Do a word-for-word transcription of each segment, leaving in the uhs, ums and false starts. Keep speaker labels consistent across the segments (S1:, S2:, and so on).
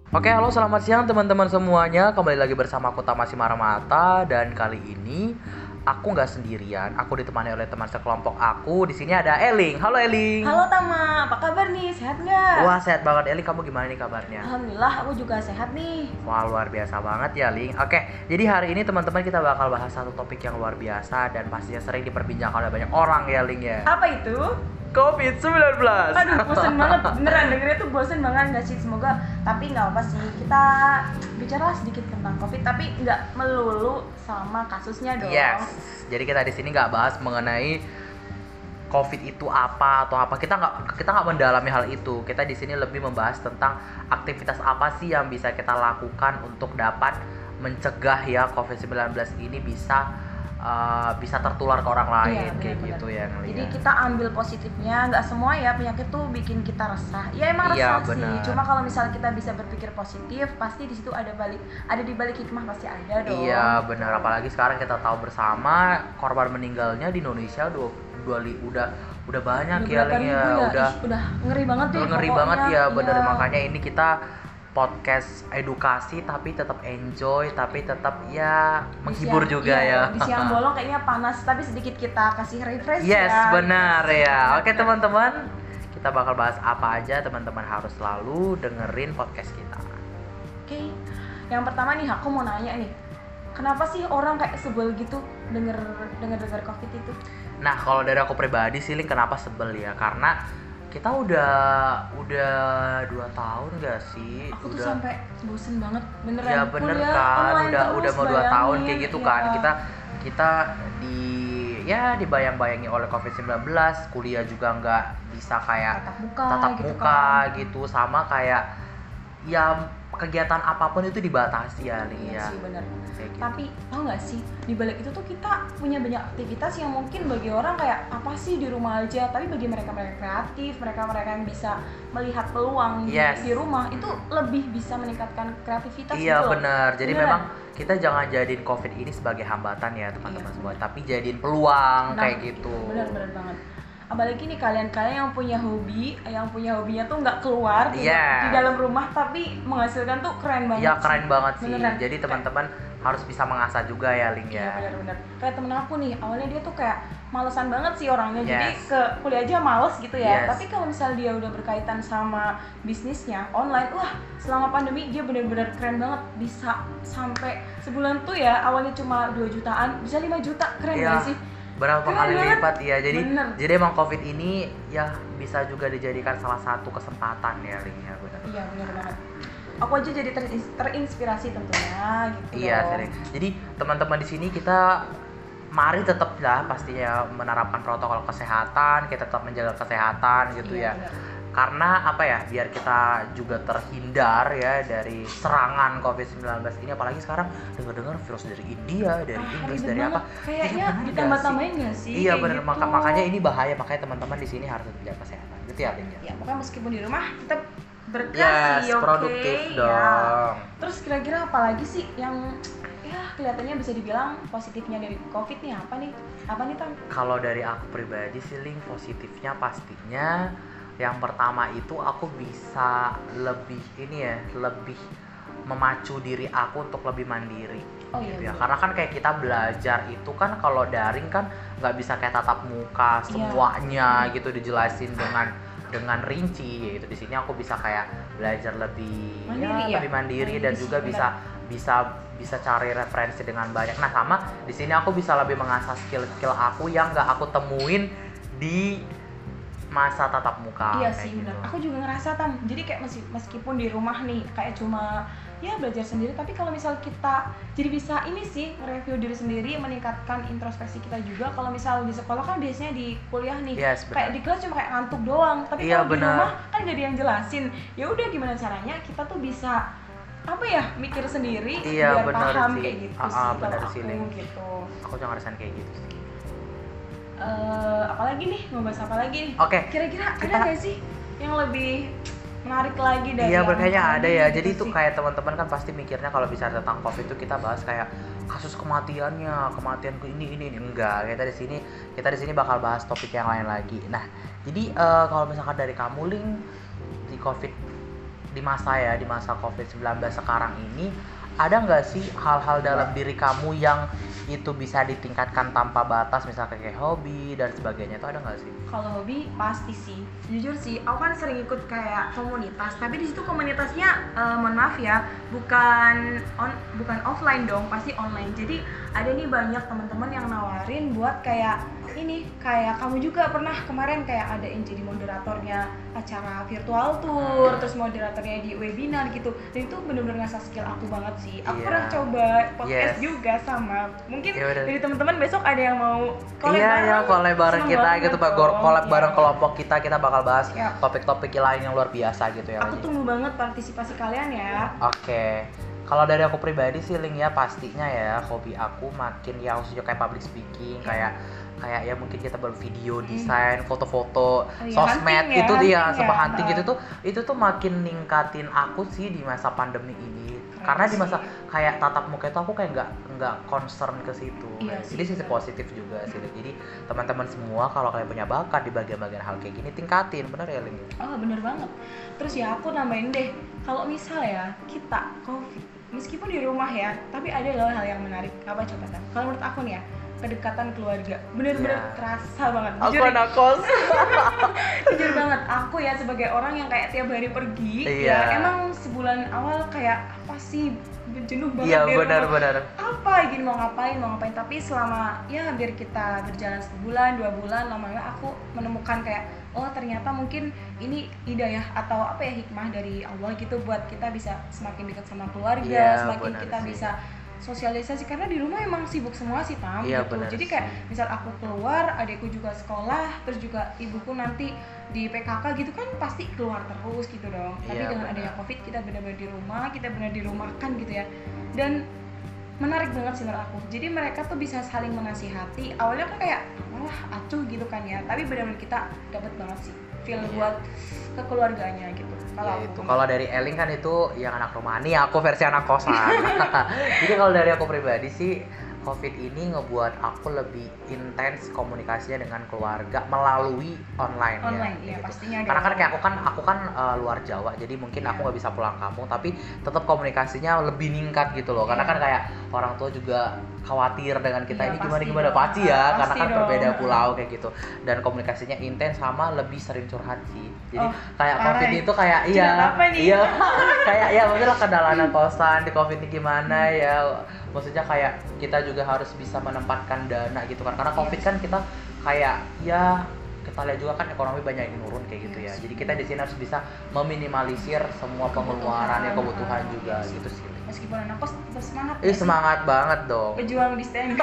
S1: Oke, halo selamat siang teman-teman semuanya. Kembali lagi bersama aku Tama Simaramata dan kali ini aku nggak sendirian. Aku ditemani oleh teman sekelompok aku. Di sini ada Eling. Halo Eling.
S2: Halo Tama, apa kabar nih? Sehat nggak?
S1: Wah, sehat banget Eling. Kamu gimana nih kabarnya?
S2: Alhamdulillah, aku juga sehat nih.
S1: Wah, luar biasa banget ya, Ling. Oke, jadi hari ini teman-teman kita bakal bahas satu topik yang luar biasa dan pastinya sering diperbincangkan oleh banyak orang ya, Ling ya.
S2: Apa itu?
S1: covid sembilan belas.
S2: Aduh, bosen banget. Beneran dengernya tuh bosen banget nggak sih? Semoga, tapi nggak apa sih. Kita bicara sedikit tentang COVID, tapi nggak melulu sama kasusnya dong.
S1: Yes. Jadi kita di sini nggak bahas mengenai COVID itu apa atau apa. Kita nggak kita nggak mendalami hal itu. Kita di sini lebih membahas tentang aktivitas apa sih yang bisa kita lakukan untuk dapat mencegah ya covid sembilan belas ini bisa uh, bisa tertular ke orang lain,
S2: Iya,
S1: kayak
S2: bener-bener.
S1: gitu ya. Ngeliat.
S2: Jadi kita ambil positifnya, nggak semua ya penyakit tuh bikin kita resah. Ya emang
S1: Iya,
S2: resah
S1: bener.
S2: sih. Cuma kalau misalnya kita bisa berpikir positif, pasti di situ ada balik, ada di balik hikmah pasti ada dong.
S1: Iya benar, apalagi sekarang kita tahu bersama korban meninggalnya di Indonesia dua, dua li, udah udah banyak
S2: Udah
S1: ya,
S2: berapa
S1: Ling,
S2: ribu
S1: ya.
S2: ya?
S1: udah
S2: Ih, udah ngeri banget deh.
S1: udah ngeri
S2: pokoknya.
S1: banget ya, bener.
S2: Iya.
S1: Makanya ini kita podcast edukasi tapi tetap enjoy, tapi tetap ya menghibur
S2: Di siang-
S1: juga
S2: iya,
S1: ya.
S2: Di siang bolong kayaknya panas, tapi sedikit kita kasih refresh
S1: Yes,
S2: ya.
S1: benar ya. Oke
S2: Benar.
S1: teman-teman, kita bakal bahas apa aja. Teman-teman harus selalu dengerin podcast kita.
S2: Oke. Yang pertama nih aku mau nanya nih. Kenapa sih orang kayak sebel gitu denger denger denger COVID itu?
S1: Nah, kalau dari aku pribadi sih, Ling, kenapa sebel ya? Karena kita udah udah dua tahun gak sih?
S2: Aku tuh
S1: udah
S2: sampai bosen banget beneran.
S1: ya bener
S2: kuliah
S1: kan,
S2: online
S1: udah
S2: terus,
S1: udah mau dua tahun kayak
S2: bayangin,
S1: gitu
S2: ya.
S1: kan. Kita kita di ya dibayang-bayangi oleh covid sembilan belas, kuliah juga nggak bisa kayak
S2: tatap muka
S1: tatap
S2: gitu
S1: muka
S2: kan.
S1: gitu, sama kayak ya kegiatan apapun itu dibatasi ya, Ling,
S2: Iya
S1: ya.
S2: sih bener.
S1: Kayak gitu.
S2: Tapi tau gak sih, di balik itu tuh kita punya banyak aktivitas yang mungkin bagi orang kayak apa sih di rumah aja, tapi bagi mereka-mereka kreatif, mereka-mereka yang bisa melihat peluang di-
S1: Yes.
S2: di rumah itu lebih bisa meningkatkan kreativitas
S1: Iya
S2: gitu loh.
S1: benar. Jadi
S2: Beneran.
S1: memang kita jangan jadiin COVID ini sebagai hambatan ya teman-teman
S2: Iya.
S1: semua, tapi jadiin peluang
S2: Nah,
S1: kayak gitu.
S2: bener-bener banget. Apalagi nih kalian-kalian yang punya hobi, yang punya hobinya tuh nggak keluar di-
S1: Yes.
S2: di dalam rumah tapi menghasilkan tuh keren banget.
S1: Iya
S2: sih.
S1: keren banget sih.
S2: Beneran.
S1: Jadi teman-teman harus bisa mengasah juga ya, Ling,
S2: Iya
S1: ya.
S2: benar-benar. Kayak temen aku nih, awalnya dia tuh kayak malesan banget sih orangnya, jadi
S1: Yes.
S2: ke kuliah aja males gitu ya.
S1: Yes.
S2: Tapi kalau misalnya dia udah berkaitan sama bisnisnya online, wah selama pandemi dia benar-benar keren banget, bisa sampai sebulan tuh ya awalnya cuma dua jutaan, bisa lima juta, keren
S1: Iya.
S2: gak sih?
S1: Berapa
S2: Keren
S1: kali
S2: banget.
S1: lipat ya. Jadi
S2: Bener.
S1: jadi emang COVID ini ya bisa juga dijadikan salah satu kesempatan ya, Ling, ya, benar.
S2: Iya benar banget. Aku aja jadi terins- terinspirasi tentunya gitu.
S1: Iya,
S2: loh.
S1: sering. Jadi teman-teman di sini kita mari tetap lah pastinya menerapkan protokol kesehatan, kita tetap menjaga kesehatan gitu
S2: Iya,
S1: ya.
S2: benar.
S1: Karena apa ya, biar kita juga terhindar ya dari serangan covid sembilan belas ini, apalagi sekarang dengar-dengar virus dari India, dari
S2: Ah,
S1: Inggris,
S2: ribet
S1: dari
S2: banget.
S1: apa.
S2: Kayaknya
S1: Iya, bener nggak
S2: ditambah-tambahin
S1: sih?
S2: nggak sih?
S1: Iya
S2: kayak
S1: benar,
S2: gitu.
S1: maka makanya ini bahaya, makanya teman-teman di sini harus menjaga kesehatan. Gitu ya, Lin, ya.
S2: Ya pokoknya meskipun di rumah tetap berkreasi,
S1: Yes,
S2: oke?
S1: produktif
S2: Ya.
S1: dong.
S2: Terus kira-kira apa lagi sih yang ya kelihatannya bisa dibilang positifnya dari COVID nih apa nih? Apa nih Tam?
S1: Kalau dari aku pribadi sih, Lin, positifnya pastinya yang pertama itu aku bisa lebih ini ya, lebih memacu diri aku untuk lebih mandiri.
S2: Oh iya,
S1: Gitu ya.
S2: betul.
S1: Karena kan kayak kita belajar itu kan kalau daring kan nggak bisa kayak tatap muka
S2: Iya.
S1: semuanya gitu dijelasin dengan dengan rinci, yaitu di sini aku bisa kayak belajar lebih
S2: Mandiri ya?
S1: lebih mandiri
S2: Mandiri
S1: dan
S2: sih,
S1: juga
S2: benar.
S1: bisa bisa bisa cari referensi dengan banyak. Nah, sama di sini aku bisa lebih mengasah skill-skill aku yang nggak aku temuin di masa tatap muka.
S2: Iya
S1: kayak
S2: sih
S1: gitu.
S2: benar. Aku juga ngerasa Tam. Jadi kayak meski- meskipun di rumah nih kayak cuma ya belajar sendiri, tapi kalau misal kita jadi bisa ini sih nge-review diri sendiri, meningkatkan introspeksi kita juga. Kalau misal di sekolah kan biasanya di kuliah nih
S1: Yes, benar.
S2: kayak di kelas cuma kayak ngantuk doang, tapi
S1: Iya,
S2: kalau di
S1: benar.
S2: rumah kan gak ada yang jelasin. Ya udah gimana caranya kita tuh bisa apa ya mikir sendiri
S1: Iya,
S2: biar
S1: benar
S2: paham
S1: sih.
S2: kayak gitu
S1: Ah, ah,
S2: sih
S1: benar
S2: kalau
S1: sih,
S2: aku
S1: Leng.
S2: gitu.
S1: Aku juga ngerasain kayak gitu sih.
S2: Eh, apalagi nih mau bahas apa lagi nih?
S1: Oke,
S2: Kira-kira ada
S1: kita-
S2: nggak sih yang lebih menarik lagi dari
S1: Iya,
S2: yang
S1: berkayaknya
S2: tadi
S1: ada ya.
S2: gitu
S1: Jadi itu
S2: sih?
S1: kayak teman-teman kan pasti mikirnya kalau bicara tentang COVID itu kita bahas kayak kasus kematiannya, kematian ke ini ini ini enggak. Kita di sini kita di sini bakal bahas topik yang lain lagi. Nah, jadi eh, kalau misalkan dari kamu, Ling, di COVID di masa ya di masa covid sembilan belas sekarang ini, ada nggak sih hal-hal dalam diri kamu yang itu bisa ditingkatkan tanpa batas, misalnya kayak hobi dan sebagainya, itu ada nggak sih?
S2: Kalau hobi pasti sih, jujur sih, aku kan sering ikut kayak komunitas, tapi di situ komunitasnya eh, mohon maaf ya, bukan on, bukan offline dong, pasti online. Jadi ada nih banyak teman-teman yang nawarin buat kayak ini, kayak kamu juga pernah kemarin kayak ada yang jadi moderatornya acara virtual tour, terus moderatornya di webinar gitu, dan itu bener-bener ngasah skill aku banget sih. Aku
S1: Iya.
S2: pernah coba podcast
S1: Yes.
S2: juga sama, mungkin
S1: Iya, bener.
S2: dari teman-teman besok ada yang mau collab
S1: Iya
S2: bareng.
S1: ya, collab bareng
S2: Seneng
S1: kita
S2: banget
S1: gitu, Pak.
S2: dong.
S1: Collab
S2: Iya.
S1: bareng kelompok kita, kita bakal bahas
S2: Iya.
S1: topik-topik lain yang luar biasa gitu ya.
S2: Aku
S1: Lin.
S2: tunggu banget partisipasi kalian ya.
S1: Oke. Kalau dari aku pribadi sih, Ling, ya pastinya ya hobi aku makin ya khususnya kayak public speaking,
S2: Iya.
S1: kayak kayak ya mungkin kita bervideo,
S2: Mm.
S1: desain, foto-foto,
S2: Oh iya,
S1: sosmed
S2: hunting ya,
S1: gitu dia,
S2: hunting
S1: sama
S2: ya.
S1: hunting
S2: Nah.
S1: gitu tuh, itu tuh makin ningkatin aku sih di masa pandemi ini.
S2: Keren
S1: Karena di
S2: sih.
S1: masa kayak tatap muka itu aku kayak nggak nggak concern ke situ.
S2: Iya
S1: Kayak-
S2: sih,
S1: Jadi sisi
S2: benar.
S1: positif juga sih. Ling. Jadi teman-teman semua kalau kalian punya bakat di bagian-bagian hal kayak gini, tingkatin, bener ya, Ling?
S2: Oh bener banget. Terus ya aku nambahin deh, kalau misal ya kita covid, meskipun di rumah ya, tapi ada loh hal yang menarik. Apa coba Tan? Kalau menurut aku nih ya, kedekatan keluarga bener-bener
S1: Iya.
S2: kerasa banget.
S1: Aku
S2: Jujur,
S1: anak kos.
S2: jujur banget. Aku ya sebagai orang yang kayak tiap hari pergi,
S1: Iya.
S2: ya emang sebulan awal kayak apa sih jenuh banget
S1: Iya,
S2: di rumah.
S1: benar-benar.
S2: Apa gini mau ngapain mau ngapain tapi selama ya hampir kita berjalan sebulan dua bulan lama-lama aku menemukan kayak oh ternyata mungkin ini hidayah atau apa ya hikmah dari Allah gitu buat kita bisa semakin dekat sama keluarga,
S1: Iya,
S2: semakin
S1: benar
S2: kita
S1: sih.
S2: bisa sosialisasi karena di rumah emang sibuk semua sih Tam
S1: Iya,
S2: gitu.
S1: benar
S2: Jadi
S1: sih.
S2: kayak misal aku keluar, adikku juga sekolah, terus juga ibuku nanti di P K K gitu kan pasti keluar terus gitu dong. Tapi
S1: Iya,
S2: dengan
S1: benar.
S2: adanya Covid kita benar-benar di rumah, kita benar dirumahkan gitu ya. Dan menarik banget sih menurut aku. Jadi mereka tuh bisa saling menasihati. Awalnya kan kayak malah acuh gitu kan ya, tapi benar-benar kita dapat banget sih feel
S1: Iya.
S2: buat kekeluarganya gitu. Kalau
S1: Ya
S2: aku
S1: itu kalau dari Eling kan itu yang anak rumah nih, aku versi anak kosan. Jadi kalau dari aku pribadi sih, Covid ini ngebuat aku lebih intens komunikasinya dengan keluarga melalui online,
S2: online
S1: ya,
S2: iya
S1: gitu.
S2: pastinya ada.
S1: Karena kan kayak aku kan aku kan uh, luar Jawa, jadi mungkin aku nggak bisa pulang kampung, tapi tetap komunikasinya lebih ningkat gitu loh. Karena
S2: Iya.
S1: kan kayak orang tua juga khawatir dengan kita
S2: Iya,
S1: ini
S2: pasti
S1: gimana gimana
S2: dong.
S1: pasti ya,
S2: Pasti
S1: karena kan
S2: dong.
S1: berbeda pulau kayak gitu. Dan komunikasinya intens sama lebih sering curhat sih. Jadi
S2: Oh,
S1: kayak
S2: parah
S1: Covid
S2: ya.
S1: itu kayak iya,
S2: Curhat apa nih?
S1: iya kayak ya maksudnya kendala kosan di Covid ini gimana ya, maksudnya kayak kita juga harus bisa menempatkan dana gitu kan, karena Covid
S2: Yes.
S1: kan kita kayak ya kita lihat juga kan ekonomi banyak yang menurun kayak gitu ya,
S2: Yes.
S1: jadi kita di sini harus bisa meminimalisir semua pengeluaran ya, kebutuhan juga
S2: Yes.
S1: gitu sih.
S2: Meskipun anak kos tetap semangat.
S1: Ih, semangat banget dong.
S2: Pejuang di stand.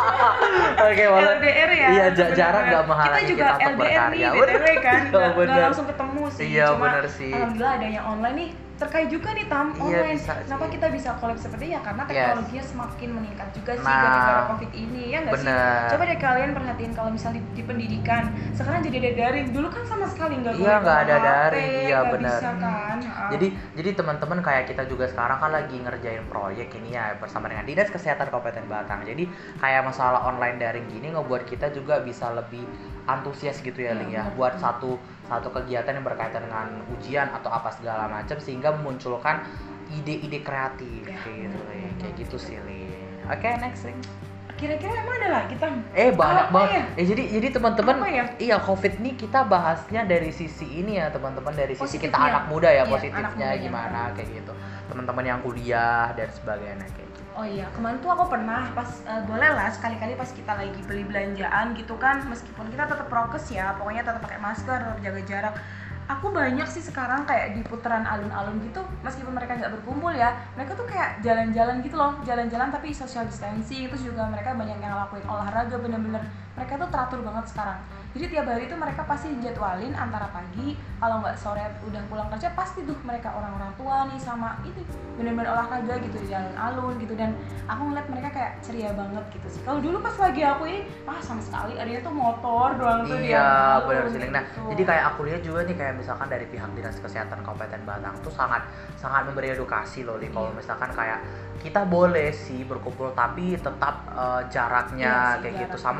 S1: Oke, maksud-
S2: L D R ya.
S1: Iya, ja- jarak
S2: bener-bener.
S1: nggak menghalangi
S2: kita juga
S1: kita untuk
S2: L D R nih,
S1: berkarya.
S2: B T W kan,
S1: Iya,
S2: nggak nggak
S1: bener.
S2: langsung ketemu sih.
S1: Iya,
S2: Cuma
S1: bener sih.
S2: alhamdulillah ada yang online nih, terkait juga nih Tam,
S1: Iya,
S2: online.
S1: bisa
S2: Kenapa
S1: sih.
S2: kita bisa collab seperti ya? Karena
S1: Yes.
S2: teknologinya semakin meningkat juga sih
S1: Nah,
S2: gara-gara Covid ini, ya nggak sih?
S1: bener.
S2: Coba deh kalian perhatiin kalau misalnya di, di pendidikan, sekarang jadi ada daring. Dulu kan sama sekali nggak boleh
S1: Iya, nggak
S2: bawa
S1: ada
S2: H P,
S1: daring. Iya,
S2: nggak
S1: bener.
S2: bisa kan. Ha.
S1: Jadi jadi teman-teman kayak kita juga sekarang kan lagi ngerjain proyek ini ya bersama dengan Dinas Kesehatan Kabupaten Batang. Jadi kayak masalah online daring gini ngebuat kita juga bisa lebih antusias gitu ya,
S2: Iya,
S1: Ling ya,
S2: benar.
S1: buat satu satu kegiatan yang berkaitan dengan ujian atau apa segala macam, sehingga memunculkan ide-ide kreatif
S2: Ya,
S1: kayak gitu,
S2: benar,
S1: Ling.
S2: benar.
S1: Kayak gitu sih, Ling. Oke, next, Ling.
S2: Kira-kira emang ada lagi Tam?
S1: Eh banyak
S2: Apa
S1: banget.
S2: ya?
S1: Eh jadi jadi teman-teman,
S2: Apa ya?
S1: iya Covid nih kita bahasnya dari sisi ini ya teman-teman, dari sisi kita
S2: Positifnya.
S1: anak muda ya,
S2: Iya,
S1: positifnya
S2: anak mudanya.
S1: gimana kayak gitu. Teman-teman yang kuliah dan sebagainya kayak gitu.
S2: Oh iya, kemarin tuh aku pernah pas eh, boleh lah sekali-kali pas kita lagi beli belanjaan gitu kan, meskipun kita tetap prokes ya, pokoknya tetap pakai masker, tetap jaga jarak. Aku banyak sih sekarang kayak di putaran alun-alun gitu, meskipun mereka nggak berkumpul ya, mereka tuh kayak jalan-jalan gitu loh, jalan-jalan tapi social distancing. Terus juga mereka banyak yang ngelakuin olahraga, bener-bener mereka tuh teratur banget sekarang. Jadi tiap hari tuh mereka pasti dijadwalin antara pagi, kalau nggak sore udah pulang kerja pasti tuh mereka orang-orang tua nih sama ini bener-bener olahraga gitu di alun-alun gitu, dan aku ngeliat mereka kayak ceria banget gitu sih. Kalau dulu pas lagi aku ini, ah sama sekali adanya tuh motor doang tuh di
S1: Iya,
S2: alun-alun
S1: benar sih, Ling. Nah,
S2: gitu.
S1: jadi kayak aku lihat juga nih kayak misalkan dari pihak Dinas Kesehatan Kabupaten Batang tuh sangat sangat memberi edukasi loh, Ling. Kalau
S2: Iya.
S1: misalkan kayak kita boleh sih berkumpul tapi tetap eh, jaraknya
S2: Iya sih,
S1: kayak gitu,
S2: jarak.
S1: sama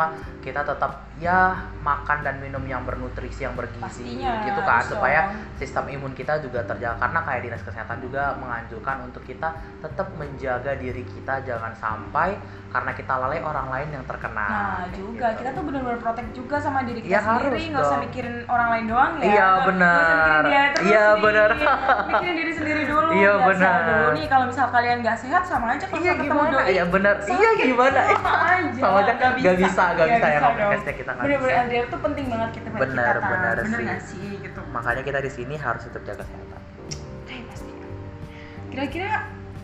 S1: kita tetap ya makan dan minum yang bernutrisi, yang bergizi
S2: Pastinya,
S1: gitu kan,
S2: harus
S1: supaya
S2: dong.
S1: sistem imun kita juga terjaga. Karena kayak dinas kesehatan juga menganjurkan untuk kita tetap menjaga diri kita, jangan sampai karena kita lalai orang lain yang terkena.
S2: Nah
S1: kayak
S2: juga
S1: gitu.
S2: kita tuh benar-benar protect juga sama diri kita
S1: Ya, harus
S2: sendiri, nggak usah
S1: dong.
S2: mikirin orang lain doang ya.
S1: Iya,
S2: Nggak-
S1: benar.
S2: nggak usah mikirin dia terus
S1: Iya,
S2: nih.
S1: benar.
S2: Mikirin diri sendiri dulu.
S1: Iya,
S2: biar sehat
S1: benar.
S2: dulu nih, kalau misal kalian nggak sehat sama aja kalau
S1: Iya,
S2: ketemu
S1: gimana?
S2: doi,
S1: Iya, benar.
S2: sakit.
S1: Iya, gimana?
S2: Sama aja.
S1: Sama aja.
S2: Nggak
S1: Nggak bisa, nggak bisa ya,
S2: dong.
S1: podcastnya kita nggak
S2: Bener-bener
S1: bisa.
S2: L D R tuh penting banget kita buat
S1: Benar,
S2: kita, Tan.
S1: benar
S2: Bener
S1: sih.
S2: nggak sih gitu.
S1: Makanya kita di sini harus tetap jaga kesehatan.
S2: Eh, pasti. Kira-kira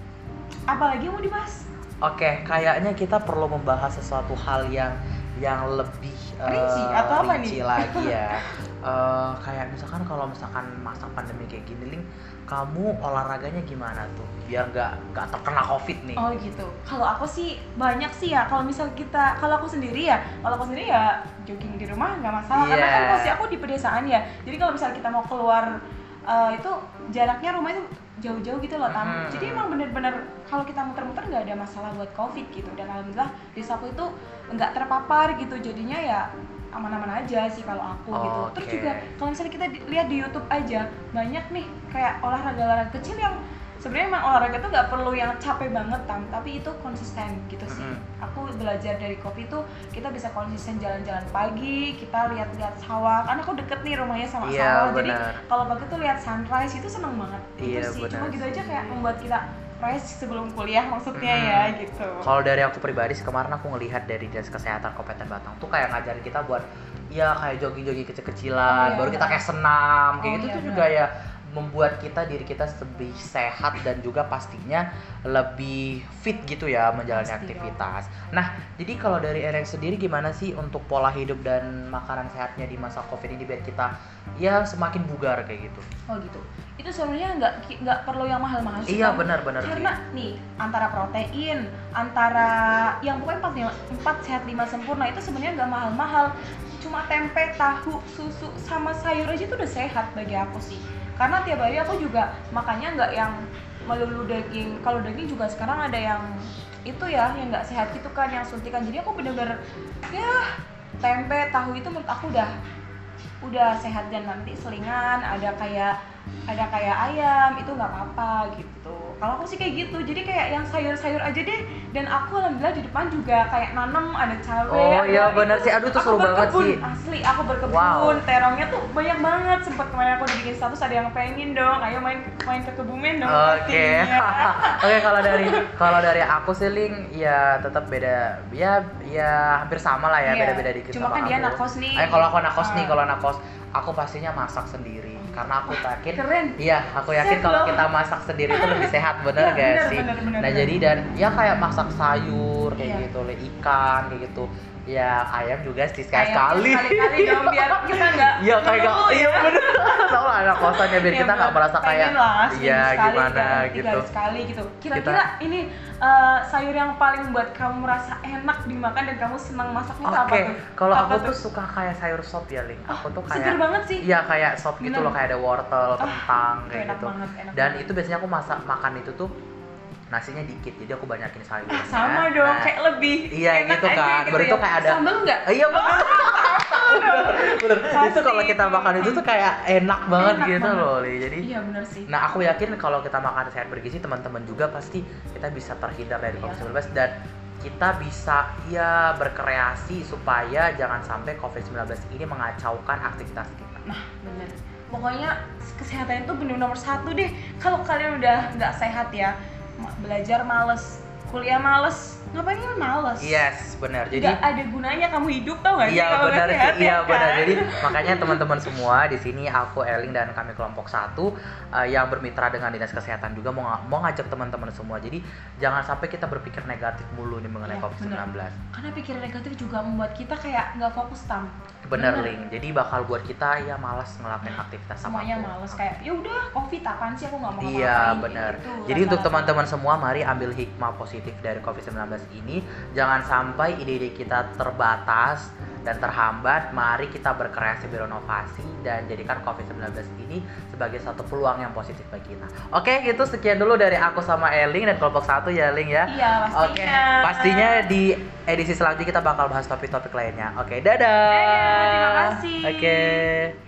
S2: apa lagi yang mau dibahas?
S1: Oke, kayaknya kita perlu membahas sesuatu hal yang yang lebih eh,
S2: Rinci atau apa
S1: rinci
S2: nih?
S1: lagi ya. Eh, kayak misalkan kalau misalkan masa pandemi kayak gini, Ling, kamu olahraganya gimana tuh? Biar nggak nggak terkena COVID nih.
S2: Oh gitu. Kalau aku sih banyak sih ya. Kalau misal kita, kalau aku sendiri ya, kalau aku sendiri ya jogging di rumah nggak masalah. Karena kan
S1: Iya.
S2: posisi aku di pedesaan ya. Jadi kalau misal kita mau keluar eh, itu jaraknya rumah itu jauh-jauh gitu loh, Tam.
S1: Hmm.
S2: Jadi emang bener-bener kalau kita muter-muter nggak ada masalah buat COVID gitu. Dan alhamdulillah desaku itu nggak terpapar gitu. Jadinya ya aman-aman aja sih kalau aku gitu. Terus
S1: Oke.
S2: juga kalau misalnya kita di- lihat di YouTube aja banyak nih kayak olahraga-olahraga kecil yang sebenarnya emang olahraga tuh nggak perlu yang capek banget, Tam, tapi itu konsisten gitu sih.
S1: Mm-mm.
S2: Aku belajar dari kopi tuh kita bisa konsisten jalan-jalan pagi, kita lihat-lihat sawah. Karena aku deket nih rumahnya sama
S1: Iya,
S2: sawah, jadi
S1: benar.
S2: kalau pagi tuh lihat sunrise itu seneng banget.
S1: Iya,
S2: Itu sih,
S1: benar
S2: cuma gitu
S1: sih.
S2: aja kayak membuat kita fresh sebelum kuliah maksudnya
S1: Mm-mm.
S2: ya gitu.
S1: Kalau dari aku pribadi sih, kemarin aku ngelihat dari dinas kesehatan Kabupaten Batang tuh kayak ngajarin kita buat ya kayak jogging-jogging kecil-kecilan,
S2: Oh, iya,
S1: baru kita
S2: benar.
S1: kayak senam kayak
S2: Oh,
S1: gitu
S2: iya,
S1: tuh
S2: benar.
S1: juga ya membuat kita diri kita lebih sehat dan juga pastinya lebih fit gitu ya menjalani
S2: Pasti
S1: aktivitas. Nah, jadi kalau dari Ereng sendiri gimana sih untuk pola hidup dan makanan sehatnya di masa Covid ini biar kita ya semakin bugar kayak gitu?
S2: Oh gitu. Itu sebenarnya nggak ki- nggak perlu yang mahal-mahal sih.
S1: Iya,
S2: Tam.
S1: benar-benar sih.
S2: Karena nih antara protein, antara yang pokoknya empat, lima- empat sehat lima sempurna itu sebenarnya nggak mahal-mahal. Cuma tempe, tahu, susu, sama sayur aja tuh udah sehat bagi aku sih. Karena tiap hari aku juga makannya nggak yang melulu daging. Kalau daging juga sekarang ada yang itu ya yang nggak sehat gitu kan, yang suntikan. Jadi aku bener-bener ya tempe, tahu itu menurut aku udah udah sehat. Dan nanti selingan ada kayak ada kayak ayam itu nggak apa-apa gitu. Kalau aku sih kayak gitu, jadi kayak yang sayur-sayur aja deh. Dan aku alhamdulillah di depan juga kayak nanem, ada cabai.
S1: Oh,
S2: ada
S1: iya,
S2: itu.
S1: benar sih. Aduh, itu
S2: Aku
S1: seru banget
S2: berkebun,
S1: sih.
S2: asli aku berkebun.
S1: Wow.
S2: Terongnya tuh banyak banget. Sempet kemarin aku bikin status ada yang pengen dong, ayo main main ke kebumen dong.
S1: Oke.
S2: pastinya.
S1: Oke, kalau dari kalau dari aku sih, Ling, ya tetap beda. Ya ya hampir sama lah ya,
S2: Iya.
S1: beda-beda dikit
S2: Cuma
S1: sama
S2: kan dia
S1: aku.
S2: anak kos nih.
S1: Eh, kalau aku anak kos nih,
S2: Ah.
S1: kalau anak kos, aku pastinya masak sendiri. Karena aku yakin
S2: Keren.
S1: Iya, aku yakin
S2: Sehat
S1: kalau
S2: loh.
S1: kita masak sendiri itu lebih sehat, bener
S2: Iya,
S1: gak
S2: bener,
S1: sih?
S2: bener, bener,
S1: Nah,
S2: bener.
S1: jadi dan ya kayak masak sayur kayak
S2: Iya.
S1: gitu, le ikan kayak gitu. Ya ayam juga sih sekali
S2: Ayam
S1: sekali.
S2: Sekali-kali dong biar kita nggak
S1: Iya kayak gak,
S2: melulu
S1: iya
S2: ya.
S1: bener. Tau lah anak kosan ya biar
S2: Ya,
S1: kita nggak
S2: bener.
S1: merasa kayak
S2: Pengen lah, seminggu
S1: iya
S2: sekali,
S1: gimana
S2: tiga hari- tiga
S1: gitu.
S2: hari sekali gitu. Kira-kira ini eh, sayur yang paling buat kamu merasa enak dimakan dan kamu senang masaknya itu apa
S1: Oke,
S2: tuh?
S1: kalau
S2: Apa
S1: aku
S2: tuh?
S1: tuh suka kayak sayur sop ya, Ling. Aku tuh kayak
S2: seger banget sih.
S1: Iya, kayak sop gitu
S2: Bener.
S1: loh, kayak ada wortel, kentang
S2: itu
S1: kayak
S2: enak
S1: gitu.
S2: banget, enak
S1: Dan
S2: banget.
S1: itu biasanya aku masak makan itu tuh nasinya dikit, jadi aku banyakin sayurnya.
S2: Sama dong,
S1: Nah,
S2: kayak lebih
S1: iya,
S2: enak
S1: gitu
S2: aja
S1: kan.
S2: gitu
S1: Baru
S2: ya.
S1: itu kayak ada-
S2: sambal nggak?
S1: Eh, Iya bener. Bener. Itu kalau
S2: Pasti.
S1: kita makan itu tuh kayak enak banget
S2: Enak
S1: gitu
S2: banget.
S1: loh, Li. Jadi
S2: Iya bener sih.
S1: nah, aku yakin kalau kita makan sehat bergizi, teman-teman juga pasti kita bisa terhindar dari
S2: Iya.
S1: covid sembilan belas dan kita bisa ya berkreasi supaya jangan sampai covid sembilan belas ini mengacaukan aktivitas kita.
S2: Nah bener. Pokoknya kesehatan itu bener nomor satu deh. Kalau kalian udah nggak sehat ya, ma- belajar males, kuliah males, ngapain kan males?
S1: Yes, benar. Jadi
S2: Nggak ada gunanya kamu hidup tau gak sih
S1: iya
S2: kalau
S1: benar
S2: nggak sehat,
S1: sih, iya
S2: ya
S1: benar.
S2: kan?
S1: Jadi makanya teman-teman semua di sini aku Eling dan kami kelompok satu eh, yang bermitra dengan dinas kesehatan juga mau nga- mau ngajak teman-teman semua. Jadi jangan sampai kita berpikir negatif mulu nih mengenai
S2: Iya,
S1: covid sembilan belas.
S2: Karena pikiran negatif juga membuat kita kayak nggak fokus, Tam.
S1: Bener,
S2: Bener.
S1: Ling. Jadi bakal buat kita ya malas ngelakuin aktivitas
S2: Semuanya
S1: apapun.
S2: males kayak ya udah covid apaan sih aku nggak mau
S1: Iya
S2: ngapa-ngapain,
S1: benar.
S2: gitu.
S1: Jadi untuk
S2: Rasa-rasa.
S1: teman-teman semua, mari ambil hikmah positif dari covid sembilan belas ini. Jangan sampai ide-ide kita terbatas dan terhambat, mari kita berkreasi, berinovasi, dan jadikan covid sembilan belas ini sebagai satu peluang yang positif bagi kita. Oke, itu sekian dulu dari aku sama Eling dan kelompok satu ya, Ling ya.
S2: Iya, pastinya.
S1: Oke, pastinya di edisi selanjutnya kita bakal bahas topik-topik lainnya. Oke, dadah.
S2: Eh, terima kasih.
S1: Oke.